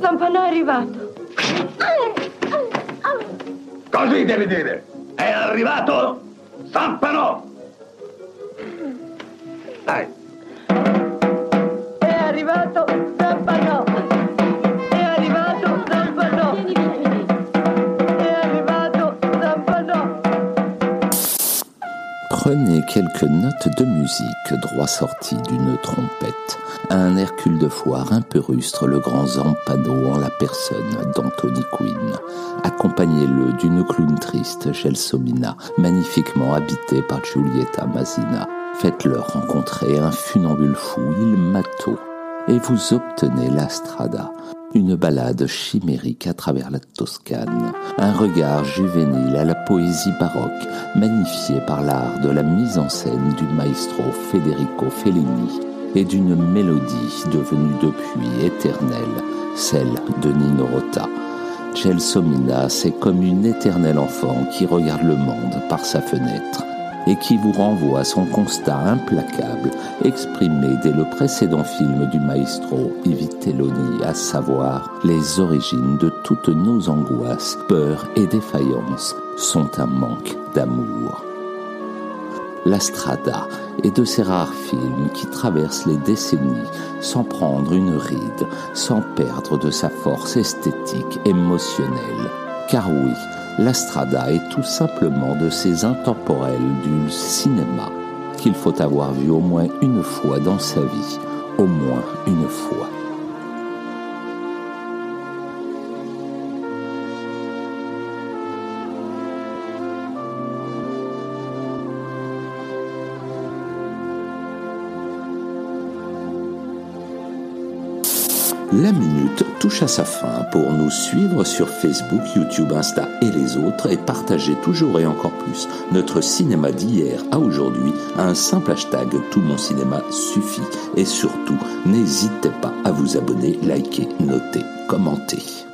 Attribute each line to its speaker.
Speaker 1: Zampano è arrivato.
Speaker 2: Così devi dire. È arrivato Zampano. Dai.
Speaker 1: È arrivato Zampano. È arrivato Zampano. È arrivato Zampano.
Speaker 3: Prenez quelques notes de musique droit sorties d'une trompette. Un Hercule de foire un peu rustre, le grand Zampano en la personne d'Anthony Quinn. Accompagnez-le d'une clown triste, Gelsomina, magnifiquement habitée par Giulietta Masina. Faites-leur rencontrer un funambule fou, il Matto, et vous obtenez la Strada, une ballade chimérique à travers la Toscane, un regard juvénile à la poésie baroque, magnifié par l'art de la mise en scène du maestro Federico Fellini et d'une mélodie devenue depuis éternelle, celle de Nino Rota. Gelsomina, c'est comme une éternelle enfant qui regarde le monde par sa fenêtre et qui vous renvoie son constat implacable exprimé dès le précédent film du maestro I Vitelloni, à savoir les origines de toutes nos angoisses, peurs et défaillances sont un manque d'amour. La Strada est de ces rares films qui traversent les décennies sans prendre une ride, sans perdre de sa force esthétique, émotionnelle. Car oui, La Strada est tout simplement de ces intemporels du cinéma qu'il faut avoir vu au moins une fois dans sa vie, au moins une fois. La minute touche à sa fin. Pour nous suivre sur Facebook, YouTube, Insta et les autres et partager toujours et encore plus notre cinéma d'hier à aujourd'hui, un simple hashtag Tout mon cinéma suffit. Et surtout, n'hésitez pas à vous abonner, liker, noter, commenter.